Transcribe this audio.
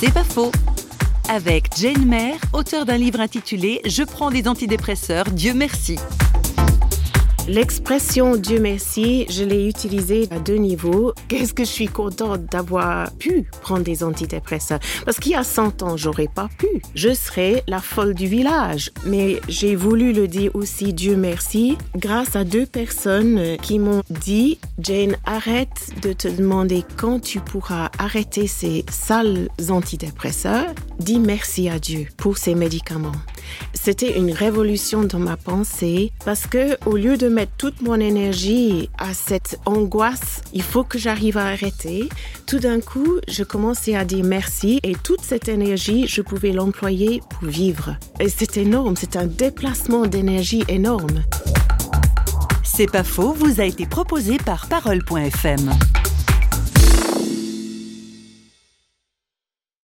C'est pas faux. Avec Jane Mayer, auteure d'un livre intitulé « Je prends des antidépresseurs, Dieu merci ». L'expression « Dieu merci », je l'ai utilisée à 2 niveaux. Qu'est-ce que je suis contente d'avoir pu prendre des antidépresseurs? Parce qu'il y a 100 ans, j'aurais pas pu. Je serais la folle du village. Mais j'ai voulu le dire aussi « Dieu merci » grâce à 2 personnes qui m'ont dit « Jane, arrête de te demander quand tu pourras arrêter ces sales antidépresseurs. Dis merci à Dieu pour ces médicaments. » C'était une révolution dans ma pensée parce que au lieu de mettre toute mon énergie à cette angoisse, il faut que j'arrive à arrêter. Tout d'un coup, je commençais à dire merci et toute cette énergie, je pouvais l'employer pour vivre. Et c'est énorme, c'est un déplacement d'énergie énorme. C'est pas faux, vous a été proposé par Parole.fm.